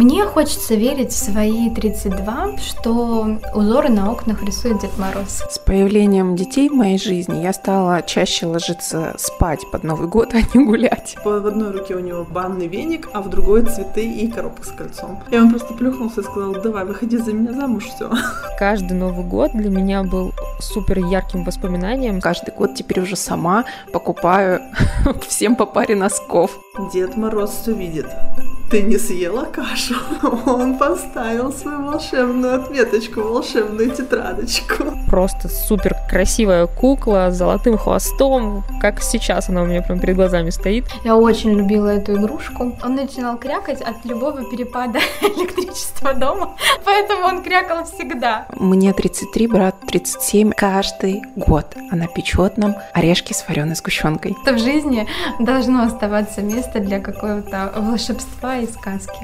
Мне хочется верить в свои 32, что узоры на окнах рисует Дед Мороз. С появлением детей в моей жизни я стала чаще ложиться спать под Новый год, а не гулять. В одной руке у него банный веник, а в другой цветы и коробка с кольцом. И он просто плюхнулся и сказал: давай, выходи за меня замуж, все. Каждый Новый год для меня был супер ярким воспоминанием. Каждый год теперь уже сама покупаю всем по паре носков. Дед Мороз все видит. Ты не съела кашу? Он поставил свою волшебную отметочку, волшебную тетрадочку. Просто супер красивая кукла с золотым хвостом, как сейчас она у меня прям перед глазами стоит. Я очень любила эту игрушку. Он начинал крякать от любого перепада электричества дома, поэтому он крякал всегда. Мне 33, брат 37. Каждый год она печет нам орешки с вареной сгущенкой. В жизни должно оставаться место для какого-то волшебства и сказки.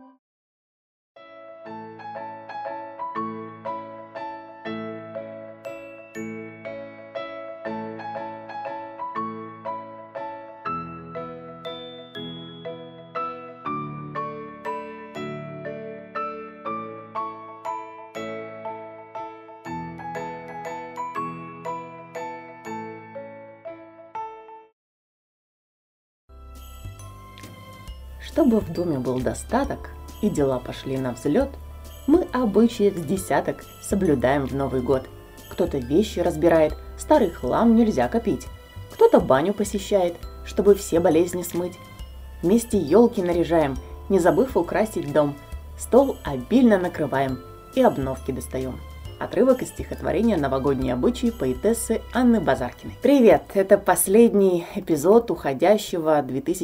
Чтобы в доме был достаток и дела пошли на взлет, мы обычаев с десяток соблюдаем в Новый год. Кто-то вещи разбирает, старый хлам нельзя копить. Кто-то баню посещает, чтобы все болезни смыть. Вместе елки наряжаем, не забыв украсить дом. Стол обильно накрываем и обновки достаем. Отрывок из стихотворения «Новогодние обычаи» поэтессы Анны Базаркиной. Привет! Это последний эпизод уходящего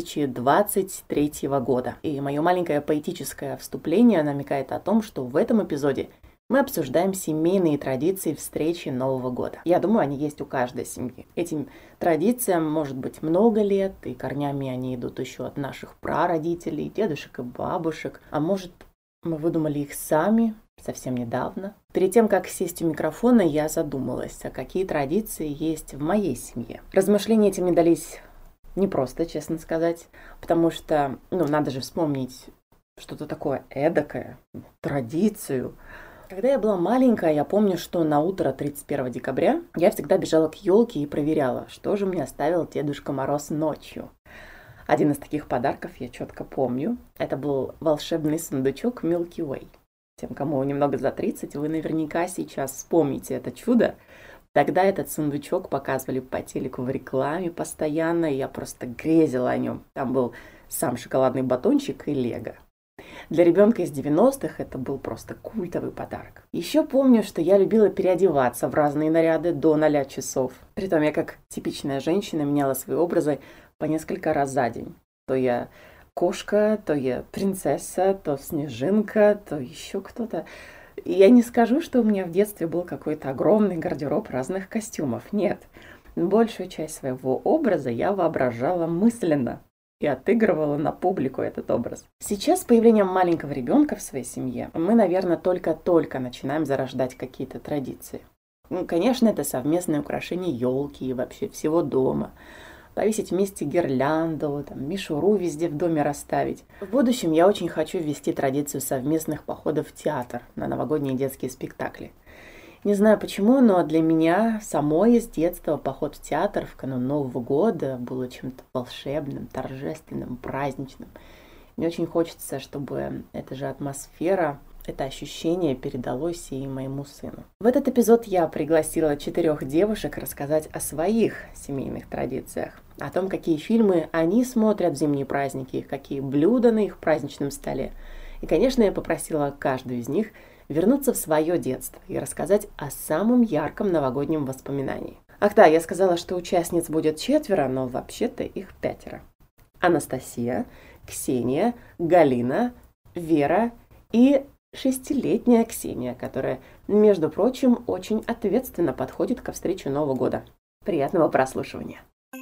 2023 года. И мое маленькое поэтическое вступление намекает о том, что в этом эпизоде мы обсуждаем семейные традиции встречи Нового года. Я думаю, они есть у каждой семьи. Этим традициям может быть много лет, и корнями они идут еще от наших прародителей, дедушек и бабушек. А может, мы выдумали их сами совсем недавно. Перед тем, как сесть у микрофона, я задумалась, а какие традиции есть в моей семье. Размышления эти мне дались непросто, честно сказать, потому что, надо же вспомнить что-то такое эдакое, традицию. Когда я была маленькая, я помню, что на утро 31 декабря я всегда бежала к елке и проверяла, что же мне оставил Дедушка Мороз ночью. Один из таких подарков я четко помню. Это был волшебный сундучок Milky Way. Тем, кому немного за 30, вы наверняка сейчас вспомните это чудо. Тогда этот сундучок показывали по телеку в рекламе постоянно, и я просто грезила о нем. Там был сам шоколадный батончик и лего. Для ребенка из 90-х это был просто культовый подарок. Еще помню, что я любила переодеваться в разные наряды до 0 часов. Притом я, как типичная женщина, меняла свои образы по несколько раз за день. То я кошка, то я принцесса, то снежинка, то еще кто-то. И я не скажу, что у меня в детстве был какой-то огромный гардероб разных костюмов. Нет. Большую часть своего образа я воображала мысленно и отыгрывала на публику этот образ. Сейчас с появлением маленького ребенка в своей семье мы, наверное, только-только начинаем зарождать какие-то традиции. Конечно, это совместное украшение елки и вообще всего дома. Повесить вместе гирлянду, мишуру везде в доме расставить. В будущем я очень хочу ввести традицию совместных походов в театр на новогодние детские спектакли. Не знаю почему, но для меня самой с детства поход в театр в канун Нового года было чем-то волшебным, торжественным, праздничным. Мне очень хочется, чтобы эта же атмосфера, это ощущение передалось и моему сыну. В этот эпизод я пригласила 4 девушек рассказать о своих семейных традициях, о том, какие фильмы они смотрят в зимние праздники, какие блюда на их праздничном столе. И, конечно, я попросила каждую из них вернуться в свое детство и рассказать о самом ярком новогоднем воспоминании. Ах да, я сказала, что участниц будет 4, но вообще-то их 5. Анастасия, Ксения, Галина, Вера и 6-летняя Ксения, которая, между прочим, очень ответственно подходит ко встрече Нового года. Приятного прослушивания!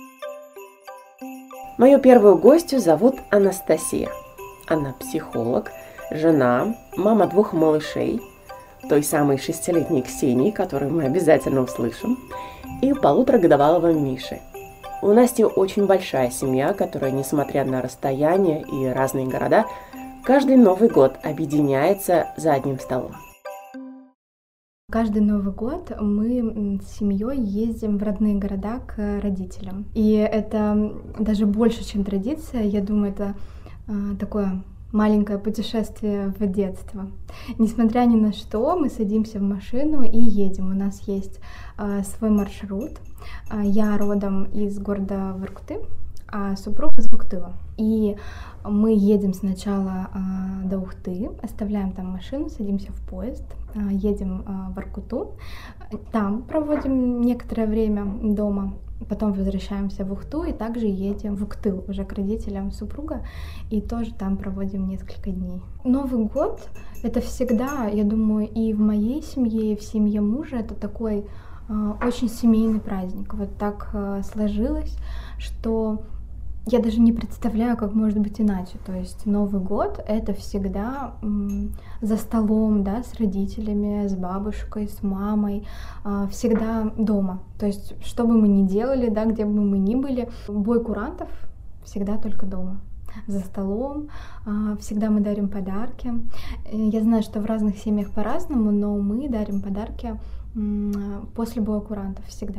Мою первую гостью зовут Анастасия. Она психолог, жена, мама 2 малышей, той самой 6-летней Ксении, которую мы обязательно услышим, и 1,5-годовалого Миши. У Насти очень большая семья, которая, несмотря на расстояние и разные города, Каждый Новый год объединяется за одним столом. Каждый Новый год мы с семьей ездим в родные города к родителям. И это даже больше, чем традиция. Я думаю, это такое маленькое путешествие в детство. Несмотря ни на что, мы садимся в машину и едем. У нас есть свой маршрут. Я родом из города Воркуты, а супруг из Вуктыла. И мы едем сначала до Ухты, оставляем там машину, садимся в поезд, едем в Воркуту, там проводим некоторое время дома, потом возвращаемся в Ухту и также едем в Уктыл уже к родителям супруга и тоже там проводим несколько дней. Новый год — это всегда, я думаю, и в моей семье, и в семье мужа это такой очень семейный праздник. Вот так сложилось, что я даже не представляю, как может быть иначе. То есть Новый год — это всегда за столом, да, с родителями, с бабушкой, с мамой, всегда дома. То есть что бы мы ни делали, да, где бы мы ни были, бой курантов всегда только дома. За столом, всегда мы дарим подарки. Я знаю, что в разных семьях по-разному, но мы дарим подарки после боя курантов всегда.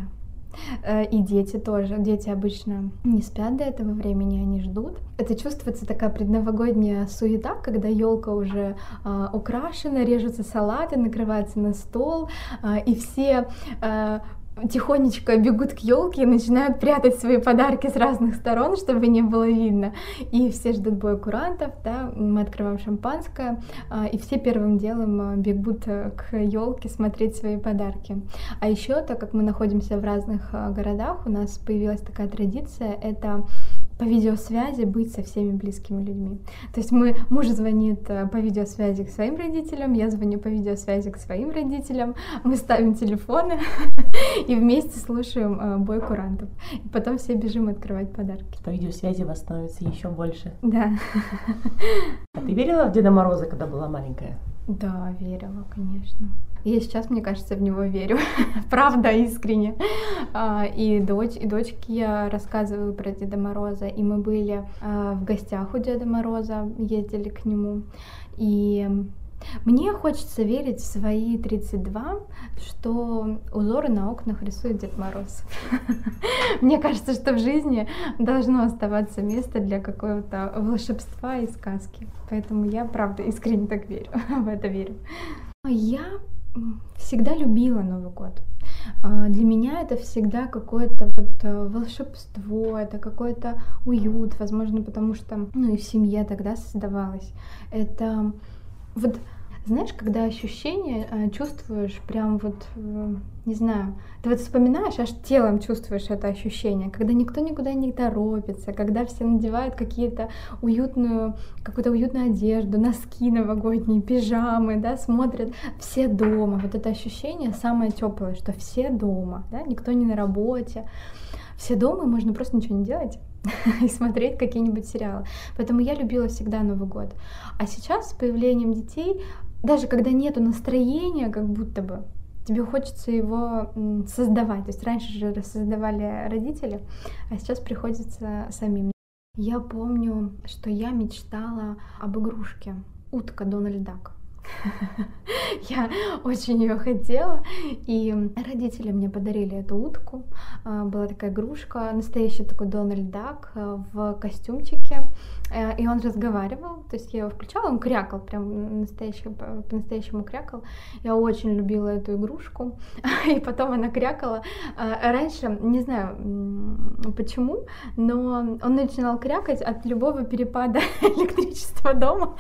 И дети тоже. Дети обычно не спят до этого времени, они ждут. Это чувствуется такая предновогодняя суета, когда елка уже украшена, режутся салаты, накрывается на стол, и все тихонечко бегут к елке и начинают прятать свои подарки с разных сторон, чтобы не было видно. И все ждут боя курантов, да, мы открываем шампанское, и все первым делом бегут к елке смотреть свои подарки. А еще, так как мы находимся в разных городах, у нас появилась такая традиция, это по видеосвязи быть со всеми близкими людьми. То есть муж звонит по видеосвязи к своим родителям, я звоню по видеосвязи к своим родителям, мы ставим телефоны и вместе слушаем бой курантов. И потом все бежим открывать подарки. По видеосвязи вас становится еще больше. Да. А ты верила в Деда Мороза, когда была маленькая? Да, верила, конечно. Я сейчас, мне кажется, в него верю. Правда, искренне. И дочке я рассказываю про Деда Мороза. И мы были в гостях у Деда Мороза, ездили к нему. И мне хочется верить в свои 32, что узоры на окнах рисует Дед Мороз. Мне кажется, что в жизни должно оставаться место для какого-то волшебства и сказки. Поэтому я, правда, искренне так верю, в это верю. Я всегда любила Новый год. Для меня это всегда какое-то вот волшебство, это какой-то уют, возможно, потому что, и в семье тогда создавалось. Это вот, знаешь, когда ощущение чувствуешь прям вот, не знаю, ты вот вспоминаешь, аж телом чувствуешь это ощущение, когда никто никуда не торопится, когда все надевают какую-то уютную одежду, носки новогодние, пижамы, да, смотрят, все дома. Вот это ощущение самое теплое, что все дома, да, никто не на работе, все дома, и можно просто ничего не делать и смотреть какие-нибудь сериалы. Поэтому я любила всегда Новый год. А сейчас с появлением детей, даже когда нету настроения, как будто бы, тебе хочется его создавать. То есть раньше же создавали родители, а сейчас приходится самим. Я помню, что я мечтала об игрушке. Утка Дональд Дак. Я очень ее хотела, и родители мне подарили эту утку. Была такая игрушка, настоящий такой Дональд Дак в костюмчике, и он разговаривал, то есть я его включала, он крякал, прям по-настоящему крякал. Я очень любила эту игрушку, и потом она крякала. Раньше, не знаю почему, но он начинал крякать от любого перепада электричества дома.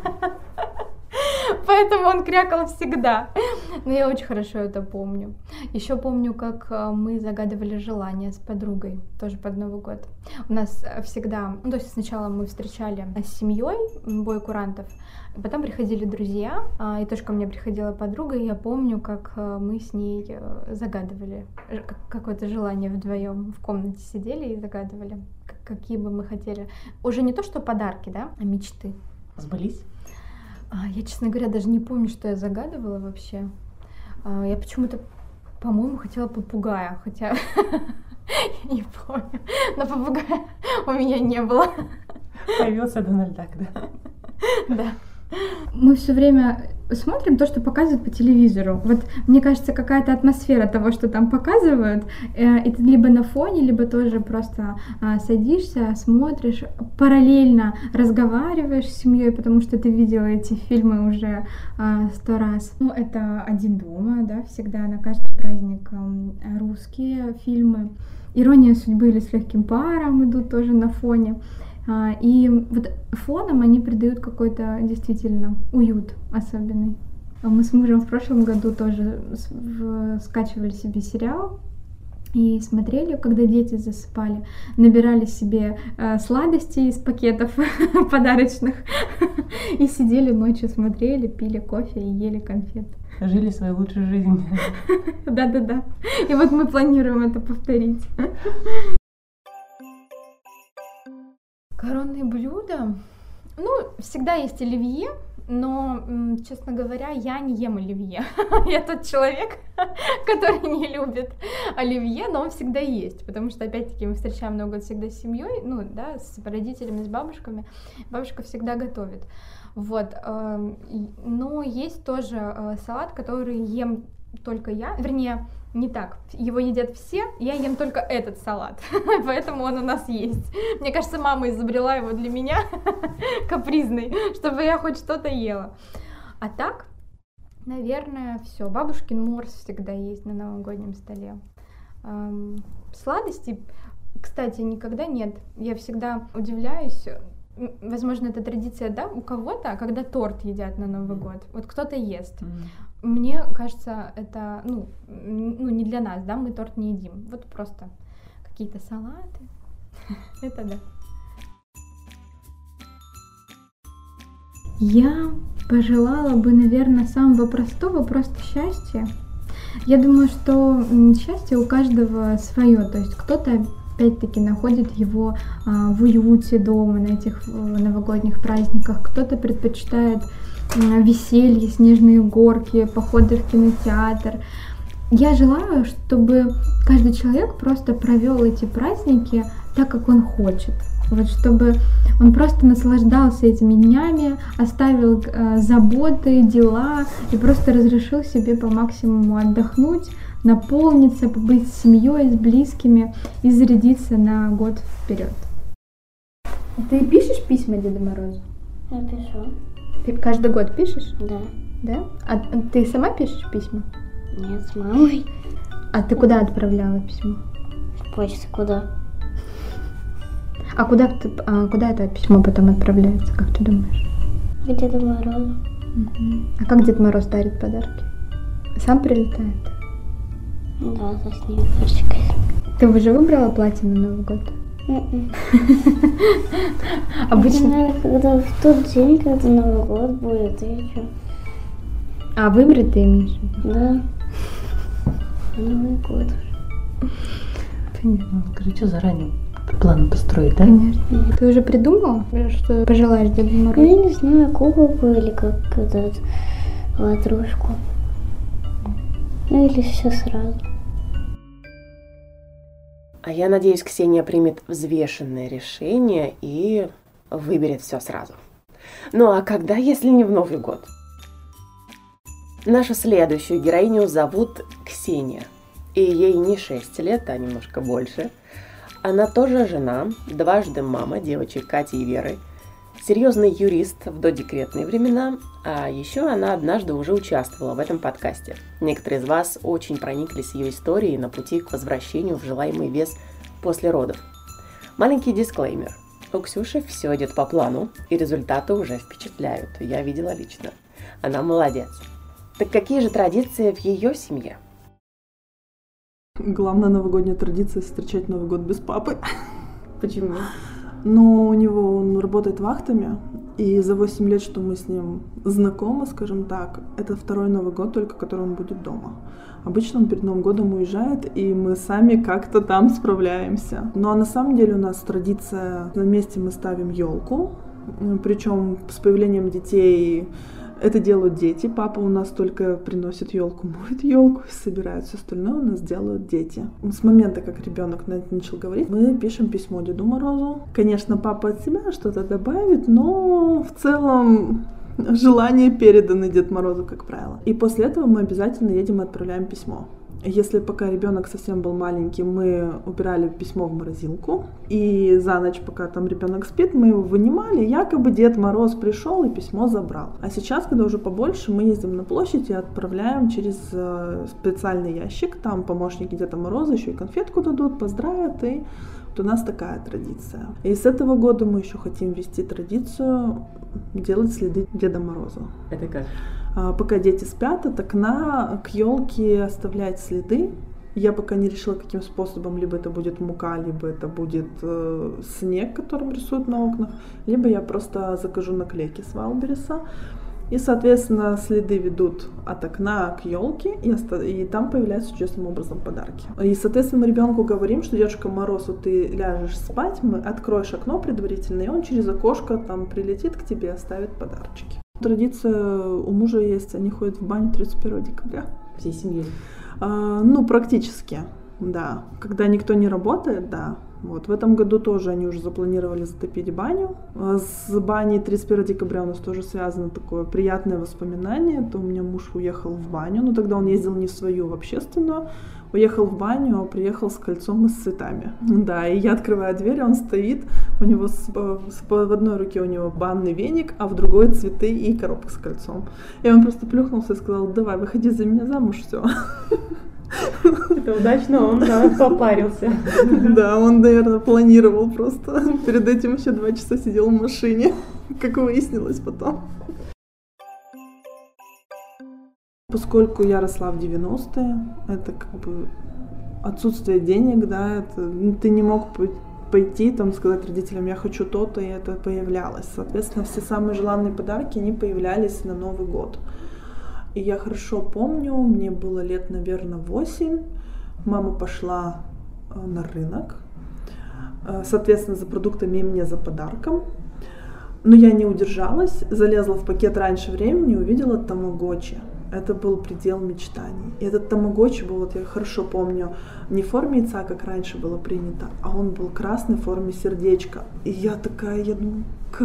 Поэтому он крякал всегда. Но я очень хорошо это помню. Еще помню, как мы загадывали желания с подругой, тоже под Новый год. У нас всегда, то есть сначала мы встречали с семьей бой курантов, потом приходили друзья, и тоже ко мне приходила подруга, и я помню, как мы с ней загадывали какое-то желание вдвоем, в комнате сидели и загадывали, какие бы мы хотели. Уже не то, что подарки, да, а мечты. Сбылись? Я, честно говоря, даже не помню, что я загадывала вообще. Я почему-то, по-моему, хотела попугая, хотя не помню. Но попугая у меня не было. Появился Дональд Дак, да? Да. Мы все время смотрим то, что показывают по телевизору. Вот мне кажется, какая-то атмосфера того, что там показывают, и ты либо на фоне, либо тоже просто садишься, смотришь, параллельно разговариваешь с семьей, потому что ты видела эти фильмы уже 100 раз. Ну, это «Один дома», да, всегда на каждый праздник русские фильмы. «Ирония судьбы» или «С легким паром» идут тоже на фоне. И вот фоном они придают какой-то действительно уют особенный. Мы с мужем в прошлом году тоже скачивали себе сериал и смотрели, когда дети засыпали, набирали себе сладости из пакетов подарочных и сидели ночью, смотрели, пили кофе и ели конфеты. Жили свою лучшую жизнь. Да-да-да. И вот мы планируем это повторить. Коронные блюда? Ну, всегда есть оливье, но, честно говоря, я не ем оливье. Я тот человек, который не любит оливье, но он всегда есть, потому что, опять-таки, мы встречаем Новый год всегда с семьей, ну, да, с родителями, с бабушками. Бабушка всегда готовит. Вот. Но есть тоже салат, который ем только я, вернее, не так. Его едят все, я ем только этот салат, поэтому он у нас есть. Мне кажется, мама изобрела его для меня, капризный, чтобы я хоть что-то ела. А так, наверное, все. Бабушкин морс всегда есть на новогоднем столе. Сладостей, кстати, никогда нет. Я всегда удивляюсь. Возможно, это традиция, да, у кого-то, когда торт едят на Новый год. Вот кто-то ест. Мне кажется, это, ну, не для нас, да, мы торт не едим. Вот просто какие-то салаты. Это да. Я пожелала бы, наверное, самого простого, просто счастья. Я думаю, что счастье у каждого свое. То есть кто-то опять-таки находит его в уюте дома на этих новогодних праздниках, кто-то предпочитает веселье, снежные горки, походы в кинотеатр. Я желаю, чтобы каждый человек просто провел эти праздники так, как он хочет. Вот чтобы он просто наслаждался этими днями, оставил заботы, дела и просто разрешил себе по максимуму отдохнуть, наполниться, побыть с семьей, с близкими и зарядиться на год вперед. Ты пишешь письма Деду Морозу? Я пишу. Ты каждый год пишешь? Да. Да? А ты сама пишешь письма? Нет, с мамой. А ты куда отправляла письмо? В почту куда? А куда это письмо потом отправляется, как ты думаешь? К Деду Морозу. А как Дед Мороз дарит подарки? Сам прилетает? Да, со снегурочкой. Ты уже выбрала платье на Новый год? Обычно... Надо, когда в тот день, когда Новый год будет, и что? А выбрать ты имеешь? Да. Новый год. Понятно. Скажи, что заранее план построить, да? Конечно. Ты уже придумала, что пожелаешь Деду Морозу? Я не знаю, куколку или как этот ватрушку. Ну или все сразу. А я надеюсь, Ксения примет взвешенное решение и выберет все сразу. Ну а когда, если не в Новый год? Нашу следующую героиню зовут Ксения. И ей не 6 лет, а немножко больше. Она тоже жена, дважды мама девочек Кати и Веры, серьезный юрист в додекретные времена, а еще она однажды уже участвовала в этом подкасте. Некоторые из вас очень прониклись ее историей на пути к возвращению в желаемый вес после родов. Маленький дисклеймер. У Ксюши все идет по плану, и результаты уже впечатляют. Я видела лично. Она молодец. Так какие же традиции в ее семье? Главная новогодняя традиция — встречать Новый год без папы. Почему? Но у него он работает вахтами, и за 8 лет, что мы с ним знакомы, скажем так, это второй Новый год, только который он будет дома. Обычно он перед Новым годом уезжает, и мы сами как-то там справляемся. Ну а на самом деле у нас традиция: на месте мы ставим елку, причем с появлением детей Это делают дети. Папа у нас только приносит елку, моет елку, собирает все остальное, у нас делают дети. С момента, как ребенок начал говорить, мы пишем письмо Деду Морозу. Конечно, папа от себя что-то добавит, но в целом желание передано Деду Морозу, как правило. И после этого мы обязательно едем и отправляем письмо. Если пока ребенок совсем был маленький, мы убирали письмо в морозилку, и за ночь, пока там ребенок спит, мы его вынимали, якобы Дед Мороз пришел и письмо забрал. А сейчас, когда уже побольше, мы ездим на площадь и отправляем через специальный ящик, там помощники Деда Мороза еще и конфетку дадут, поздравят, и вот у нас такая традиция. И с этого года мы еще хотим ввести традицию делать следы Деда Мороза. Это как? Пока дети спят, от окна к елке оставлять следы. Я пока не решила, каким способом. Либо это будет мука, либо это будет снег, которым рисуют на окнах, либо я просто закажу наклейки с Вайлдберриса. И, соответственно, следы ведут от окна к елке, и там появляются чудесным образом подарки. И, соответственно, мы ребенку говорим, что Дедушка Мороз, вот ты ляжешь спать, откроешь окно предварительно, и он через окошко там прилетит к тебе и оставит подарочки. Традиция у мужа есть, они ходят в баню 31 декабря. Всей семьей? Ну, практически, да. Когда никто не работает, да. Вот. В этом году тоже они уже запланировали затопить баню. С баней 31 декабря у нас тоже связано такое приятное воспоминание. То у меня муж уехал в баню, но тогда он ездил не в свою, в общественную. Уехал в баню, а приехал с кольцом и с цветами. Да, и я открываю дверь, он стоит, у него в одной руке у него банный веник, а в другой цветы и коробка с кольцом. И он просто плюхнулся и сказал: давай, выходи за меня замуж, все. Это удачно, он попарился. Да, он, наверное, планировал просто. Перед этим еще 2 часа сидел в машине, как выяснилось потом. Поскольку я росла в 90-е, это как бы отсутствие денег, да, это, ты не мог пойти, там, сказать родителям: я хочу то-то, и это появлялось. Соответственно, все самые желанные подарки, они появлялись на Новый год. И я хорошо помню, мне было лет, наверное, 8, мама пошла на рынок, соответственно, за продуктами и мне за подарком. Но я не удержалась, залезла в пакет раньше времени и увидела тамагочи. Это был предел мечтаний. И этот тамагочи был, вот я хорошо помню, не в форме яйца, как раньше было принято, а он был красный в форме сердечка. И я думаю,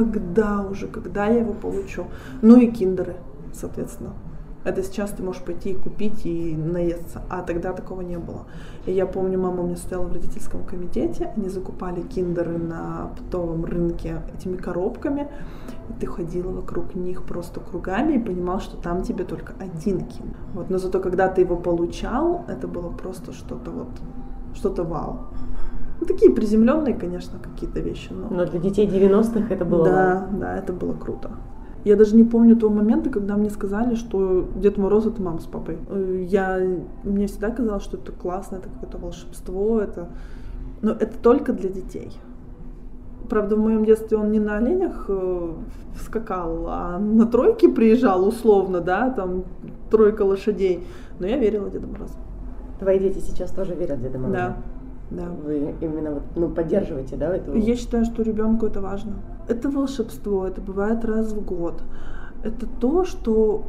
когда я его получу? Ну и киндеры, соответственно. Это сейчас ты можешь пойти и купить и наесться, а тогда такого не было. И я помню, мама у меня стояла в родительском комитете, они закупали киндеры на оптовом рынке этими коробками, и ты ходила вокруг них просто кругами и понимал, что там тебе только один киндер. Вот. Но зато когда ты его получал, это было просто что-то вау. Ну, такие приземленные, конечно, какие-то вещи. Но для детей 90-х это было вау. Да, это было круто. Я даже не помню того момента, когда мне сказали, что Дед Мороз — это мама с папой. Мне всегда казалось, что это классно, это какое-то волшебство, но это только для детей. Правда, в моем детстве он не на оленях скакал, а на тройке приезжал условно, да, там 3 лошадей. Но я верила Деду Морозу. Твои дети сейчас тоже верят в Деда Мороза? Да. Вы именно поддерживаете, да, эту? Я считаю, что ребенку это важно. Это волшебство, это бывает раз в год. Это то, что,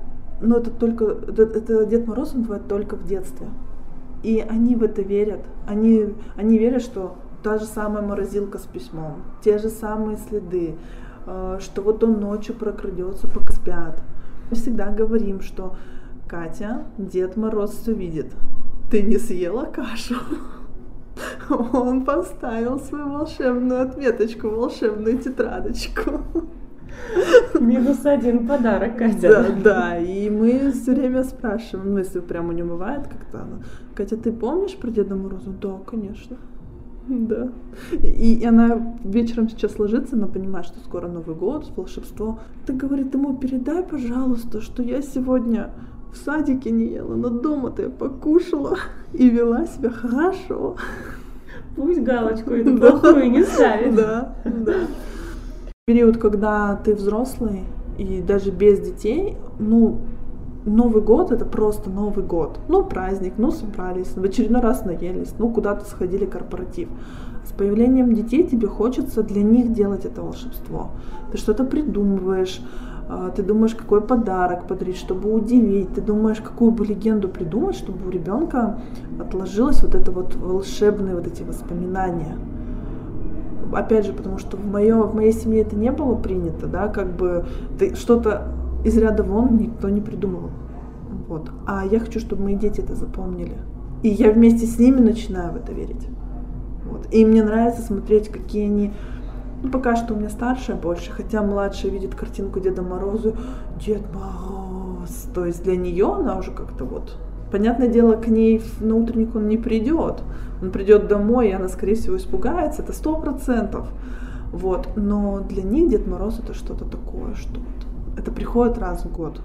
это Дед Мороз, он бывает только в детстве. И они в это верят. Они верят, что та же самая морозилка с письмом, те же самые следы, что вот он ночью прокрадется, пока спят. Мы всегда говорим, что: Катя, Дед Мороз все видит. Ты не съела кашу. Он поставил свою волшебную отметочку, волшебную тетрадочку. -1 подарок, Катя. Да, и мы все время спрашиваем, если прямо не бывает как-то она: Катя, ты помнишь про Деда Мороза? Да, конечно. Да. И она вечером сейчас ложится, она понимает, что скоро Новый год, волшебство. Ты, говорит, ему: передай, пожалуйста, что я сегодня в садике не ела, но дома-то я покушала и вела себя хорошо. Пусть галочку эту плохую не ставит. Да. Период, когда ты взрослый и даже без детей, Новый год — это просто Новый год. Праздник, собрались, в очередной раз наелись, куда-то сходили, корпоратив. С появлением детей тебе хочется для них делать это волшебство. Ты что-то придумываешь, Ты думаешь, какой подарок подарить, чтобы удивить. Ты думаешь, какую бы легенду придумать, чтобы у ребенка отложилось вот это вот волшебные вот эти воспоминания. Опять же, потому что в моей семье это не было принято, да, как бы что-то из ряда вон никто не придумывал. Вот. А я хочу, чтобы мои дети это запомнили. И я вместе с ними начинаю в это верить. Вот. И мне нравится смотреть, какие они... пока что у меня старшая больше, хотя младшая видит картинку Деда Мороза, Дед Мороз. То есть для нее она уже как-то вот... Понятное дело, к ней на утренник он не придет. Он придет домой, и она, скорее всего, испугается. Это 100%. Вот. Но для них Дед Мороз это что-то такое, что-то. Это приходит раз в год.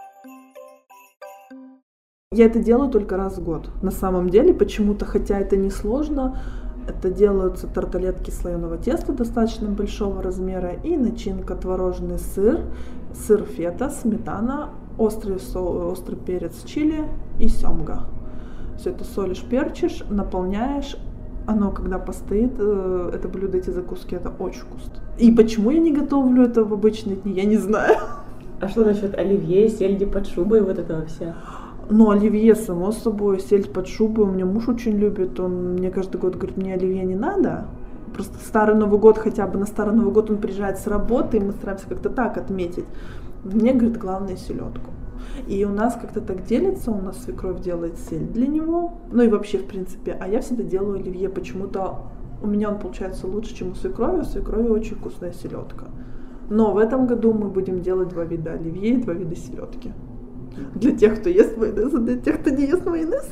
Я это делаю только раз в год. На самом деле, почему-то, хотя это не сложно, это делаются тарталетки слоеного теста достаточно большого размера и начинка творожный сыр, сыр фета, сметана, острый перец чили и семга. Все это солишь, перчишь, наполняешь. Оно, когда постоит, это блюдо, эти закуски, это очень вкусно. И почему я не готовлю это в обычные дни, я не знаю. А что насчет оливье, сельди под шубой, вот этого вся? Ну, оливье, само собой, сельдь под шубой. У меня муж очень любит. Он мне каждый год говорит, мне оливье не надо. Просто Старый Новый год, хотя бы на Старый Новый год он приезжает с работы, и мы стараемся как-то так отметить. Мне, говорит, главное селедку. И у нас как-то так делится, у нас свекровь делает сельдь для него. Ну и вообще, в принципе, а я всегда делаю оливье. Почему-то у меня он получается лучше, чем у свекрови. У свекрови очень вкусная селедка. Но в этом году мы будем делать 2 вида оливье и 2 вида селедки. Для тех, кто ест майонез, а для тех, кто не ест майонез.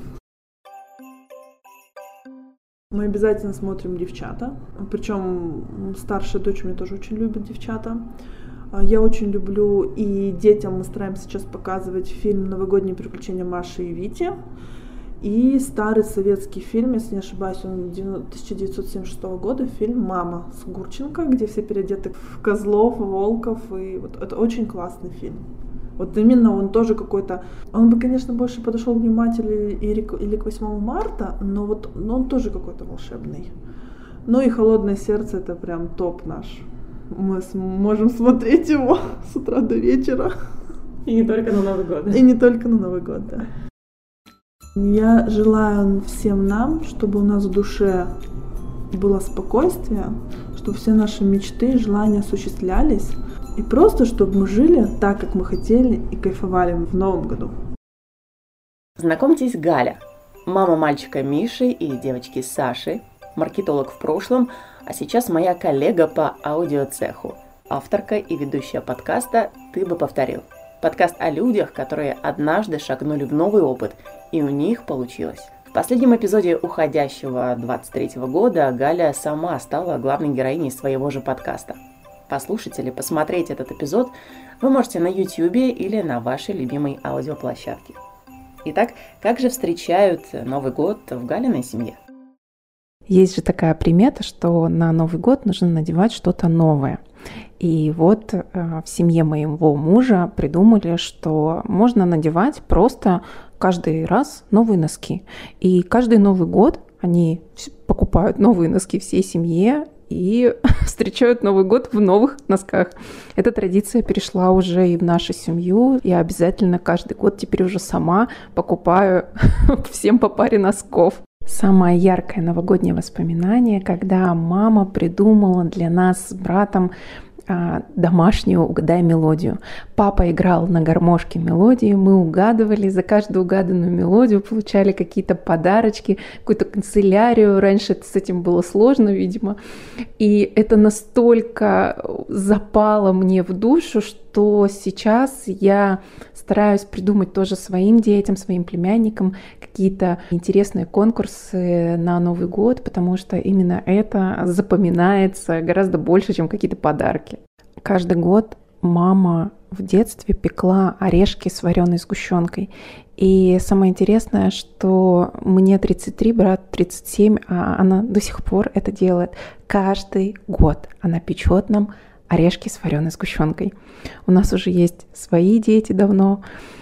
Мы обязательно смотрим «Девчата». Причем старшая дочь у меня тоже очень любит «Девчата». Я очень люблю, и детям мы стараемся сейчас показывать фильм «Новогодние приключения Маши и Вити». И старый советский фильм, если не ошибаюсь, он 1976 года, фильм «Мама» с Гурченко, где все переодеты в козлов, волков. И вот это очень классный фильм. Вот именно он тоже какой-то... Он бы, конечно, больше подошел к Дню матери или к 8 марта, но вот он тоже какой-то волшебный. Ну и «Холодное сердце» — это прям топ наш. Мы можем смотреть его с утра до вечера. И не только на Новый год. И не только на Новый год, да. Я желаю всем нам, чтобы у нас в душе было спокойствие, чтобы все наши мечты и желания осуществлялись, и просто, чтобы мы жили так, как мы хотели, и кайфовали в Новом году. Знакомьтесь, Галя, мама мальчика Миши и девочки Саши, маркетолог в прошлом, а сейчас моя коллега по аудиоцеху, авторка и ведущая подкаста «Ты бы повторил». Подкаст о людях, которые однажды шагнули в новый опыт, и у них получилось. В последнем эпизоде уходящего 23-го года Галя сама стала главной героиней своего же подкаста. Послушать или посмотреть этот эпизод вы можете на YouTube или на вашей любимой аудиоплощадке. Итак, как же встречают Новый год в Галиной семье? Есть же такая примета, что на Новый год нужно надевать что-то новое. И вот в семье моего мужа придумали, что можно надевать просто каждый раз новые носки. И каждый Новый год они покупают новые носки всей семье и встречают Новый год в новых носках. Эта традиция перешла уже и в нашу семью. Я обязательно каждый год теперь уже сама покупаю всем по паре носков. Самое яркое новогоднее воспоминание, когда мама придумала для нас с братом домашнюю «Угадай мелодию». Папа играл на гармошке мелодии, мы угадывали, за каждую угаданную мелодию получали какие-то подарочки, какую-то канцелярию. Раньше с этим было сложно, видимо. И это настолько запало мне в душу, что сейчас я стараюсь придумать тоже своим детям, своим племянникам какие-то интересные конкурсы на Новый год, потому что именно это запоминается гораздо больше, чем какие-то подарки. Каждый год мама в детстве пекла орешки с вареной сгущенкой. И самое интересное, что мне 33, брат 37, а она до сих пор это делает. Каждый год она печет нам орешки с вареной сгущенкой. У нас уже есть свои дети давно,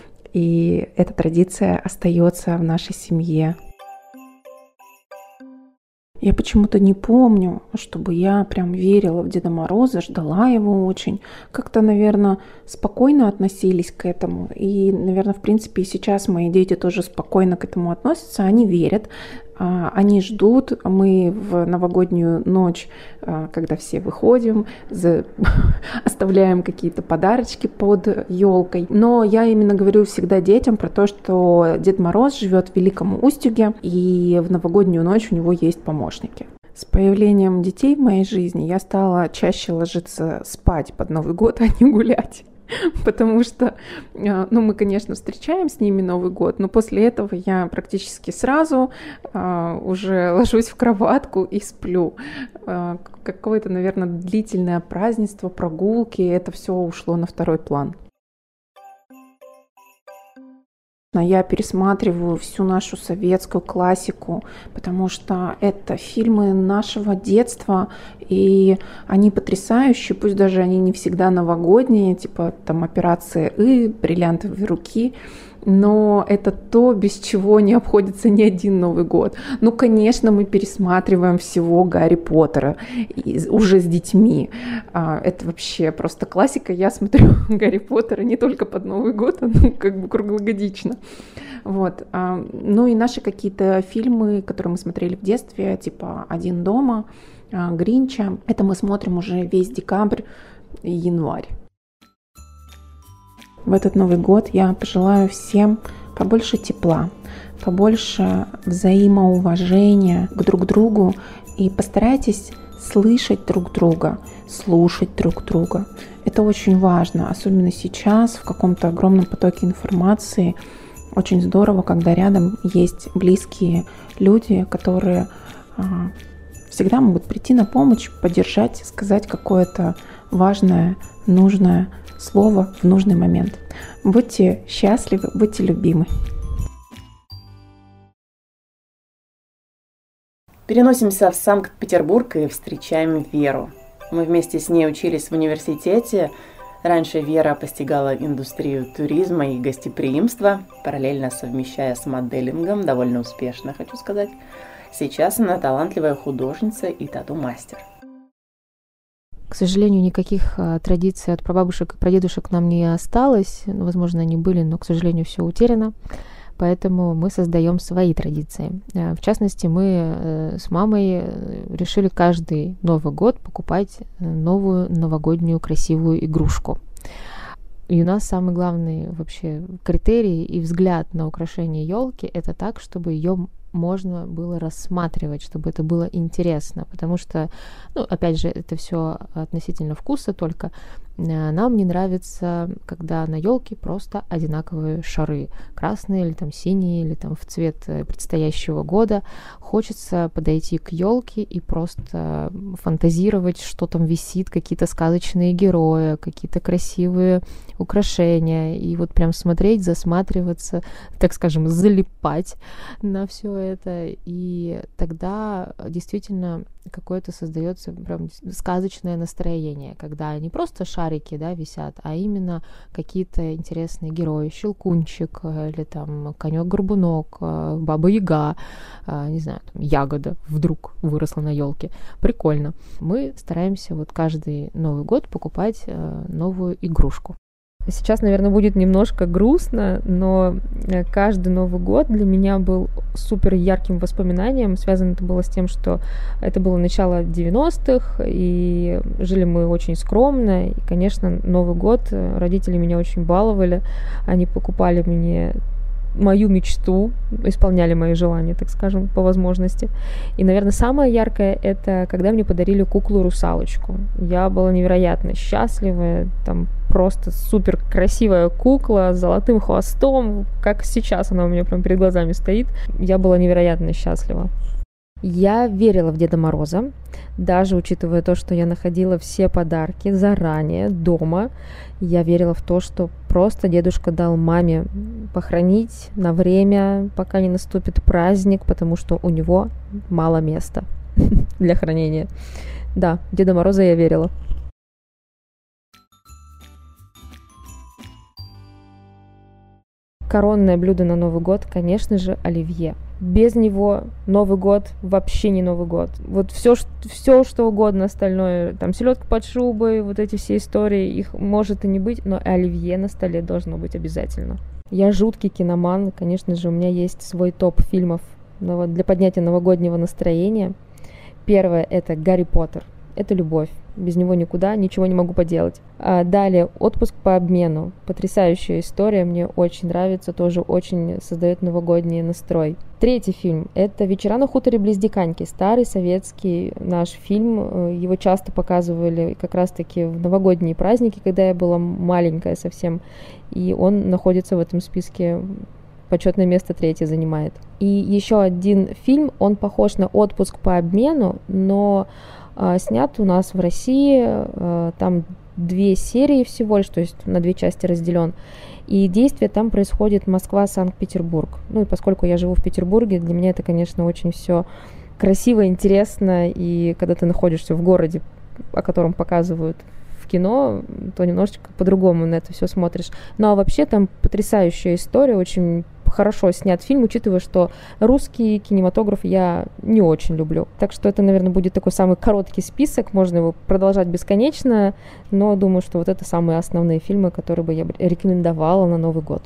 и эта традиция остается в нашей семье. Я почему-то не помню, чтобы я прям верила в Деда Мороза, ждала его очень. Как-то, наверное, спокойно относились к этому. И, наверное, в принципе, и сейчас мои дети тоже спокойно к этому относятся. Они верят, они ждут. Мы в новогоднюю ночь, когда все выходим, оставляем какие-то подарочки под елкой. Но я именно говорю всегда детям про то, что Дед Мороз живет в Великом Устюге, и в новогоднюю ночь у него есть помощники. С появлением детей в моей жизни я стала чаще ложиться спать под Новый год, а не гулять. Потому что, мы, конечно, встречаем с ними Новый год, но после этого я практически сразу уже ложусь в кроватку и сплю. Какое-то, наверное, длительное празднество, прогулки, это все ушло на второй план. Я пересматриваю всю нашу советскую классику, потому что это фильмы нашего детства, и они потрясающие, пусть даже они не всегда новогодние, типа там «Операция И», «Бриллиантовые руки», но это то, без чего не обходится ни один Новый год. Конечно, мы пересматриваем всего Гарри Поттера уже с детьми. Это вообще просто классика. Я смотрю Гарри Поттера не только под Новый год, а круглогодично. Вот. И наши какие-то фильмы, которые мы смотрели в детстве, типа «Один дома», «Гринча», это мы смотрим уже весь декабрь и январь. В этот Новый год я пожелаю всем побольше тепла, побольше взаимоуважения к друг другу, и постарайтесь слышать друг друга, слушать друг друга. Это очень важно, особенно сейчас в каком-то огромном потоке информации. Очень здорово, когда рядом есть близкие люди, которые всегда могут прийти на помощь, поддержать, сказать какое-то важное, нужное слово в нужный момент. Будьте счастливы, будьте любимы. Переносимся в Санкт-Петербург и встречаем Веру. Мы вместе с ней учились в университете. Раньше Вера постигала индустрию туризма и гостеприимства, параллельно совмещая с моделингом, довольно успешно, хочу сказать. Сейчас она талантливая художница и тату-мастер. К сожалению, никаких традиций от прабабушек и прадедушек нам не осталось. Возможно, они были, но, к сожалению, все утеряно. Поэтому мы создаем свои традиции. В частности, мы с мамой решили каждый Новый год покупать новую новогоднюю красивую игрушку. И у нас самый главный вообще критерий и взгляд на украшение елки — это так, чтобы ее можно было рассматривать, чтобы это было интересно, потому что, опять же, это все относительно вкуса, только нам не нравится, когда на елке просто одинаковые шары, красные или там синие, или там в цвет предстоящего года. Хочется подойти к елке и просто фантазировать, что там висит, какие-то сказочные герои, какие-то красивые украшения, и вот прям смотреть, засматриваться, так скажем, залипать на все это, и тогда действительно какое-то создается прям сказочное настроение, когда не просто шарики, висят, а именно какие-то интересные герои, Щелкунчик или там Конек-Горбунок, Баба-Яга, не знаю, там, ягода вдруг выросла на елке. Прикольно. Мы стараемся вот каждый Новый год покупать новую игрушку. Сейчас, наверное, будет немножко грустно, но каждый Новый год для меня был супер ярким воспоминанием. Связано это было с тем, что это было начало 90-х, и жили мы очень скромно. И, конечно, Новый год родители меня очень баловали. Они покупали мне мою мечту, исполняли мои желания, так скажем, по возможности. И, наверное, самое яркое — это когда мне подарили куклу-русалочку. Я была невероятно счастлива, там просто супер красивая кукла с золотым хвостом, как сейчас она у меня прям перед глазами стоит. Я была невероятно счастлива. Я верила в Деда Мороза, даже учитывая то, что я находила все подарки заранее дома. Я верила в то, что просто дедушка дал маме похоронить на время, пока не наступит праздник, потому что у него мало места для хранения. Да, в Деда Мороза я верила. коронное блюдо на Новый год, конечно же, оливье. Без него Новый год вообще не Новый год. Вот все что угодно остальное, там селедка под шубой, вот эти все истории, их может и не быть, но оливье на столе должно быть обязательно. Я жуткий киноман, конечно же, у меня есть свой топ фильмов для поднятия новогоднего настроения. Первое — это «Гарри Поттер». Это любовь. Без него никуда, ничего не могу поделать. Далее «Отпуск по обмену». Потрясающая история, мне очень нравится, тоже очень создает новогодний настрой. Третий фильм — это «Вечера на хуторе близ Диканьки». Старый советский наш фильм. Его часто показывали как раз-таки в новогодние праздники, когда я была маленькая совсем. И он находится в этом списке. Почетное место 3 занимает. И еще один фильм, он похож на «Отпуск по обмену», но снят у нас в России, там 2 серии всего лишь, то есть на 2 части разделен. И действие там происходит Москва-Санкт-Петербург. Ну и поскольку я живу в Петербурге, для меня это, конечно, очень все красиво, интересно. И когда ты находишься в городе, о котором показывают в кино, то немножечко по-другому на это все смотришь. Ну а вообще там потрясающая история, очень хорошо снят фильм, учитывая, что русский кинематограф я не очень люблю. Так что это, наверное, будет такой самый короткий список, можно его продолжать бесконечно, но думаю, что вот это самые основные фильмы, которые бы я рекомендовала на Новый год.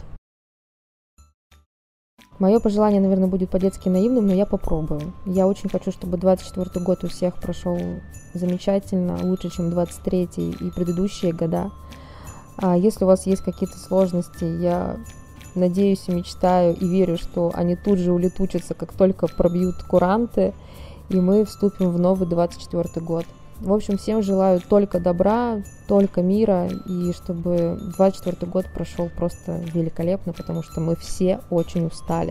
Мое пожелание, наверное, будет по-детски наивным, но я попробую. Я очень хочу, чтобы 24-й год у всех прошел замечательно, лучше, чем 23-й и предыдущие года. А если у вас есть какие-то сложности, я надеюсь и мечтаю и верю, что они тут же улетучатся, как только пробьют куранты, и мы вступим в новый 24-й год. В общем, всем желаю только добра, только мира, и чтобы 24-й год прошел просто великолепно, потому что мы все очень устали.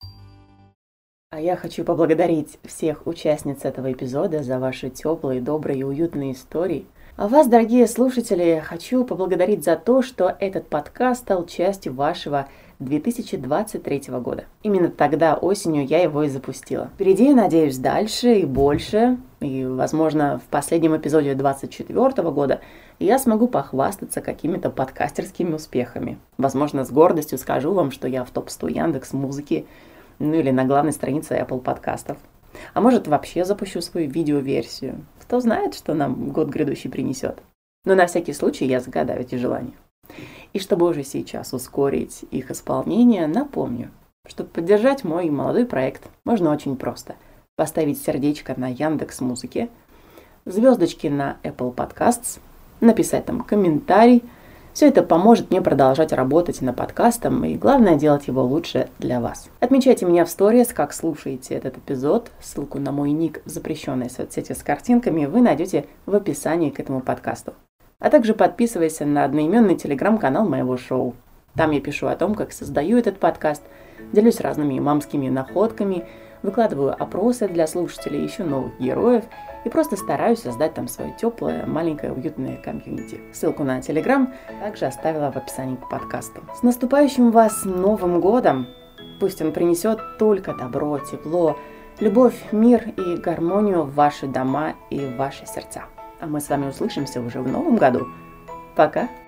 А я хочу поблагодарить всех участниц этого эпизода за ваши теплые, добрые и уютные истории. А вас, дорогие слушатели, хочу поблагодарить за то, что этот подкаст стал частью вашего 2023 года. Именно тогда осенью я его и запустила. Впереди, надеюсь, дальше и больше, и, возможно, в последнем эпизоде 2024 года я смогу похвастаться какими-то подкастерскими успехами. Возможно, с гордостью скажу вам, что я в топ-100 Яндекс.Музыки, ну или на главной странице Apple подкастов. А может, вообще запущу свою видеоверсию. Кто знает, что нам год грядущий принесет. Но на всякий случай я загадаю эти желания. И чтобы уже сейчас ускорить их исполнение, напомню, что поддержать мой молодой проект можно очень просто. Поставить сердечко на Яндекс.Музыке, звездочки на Apple Podcasts, написать там комментарий. Все это поможет мне продолжать работать над подкастом и, главное, делать его лучше для вас. Отмечайте меня в сторис, как слушаете этот эпизод. Ссылку на мой ник в запрещенной соцсети с картинками вы найдете в описании к этому подкасту. А также подписывайся на одноименный телеграм-канал моего шоу. Там я пишу о том, как создаю этот подкаст, делюсь разными мамскими находками, выкладываю опросы для слушателей, ищу новых героев и просто стараюсь создать там свое теплое, маленькое, уютное комьюнити. Ссылку на Телеграм также оставила в описании к подкасту. С наступающим вас Новым годом! Пусть он принесет только добро, тепло, любовь, мир и гармонию в ваши дома и в ваши сердца. А мы с вами услышимся уже в Новом году. Пока!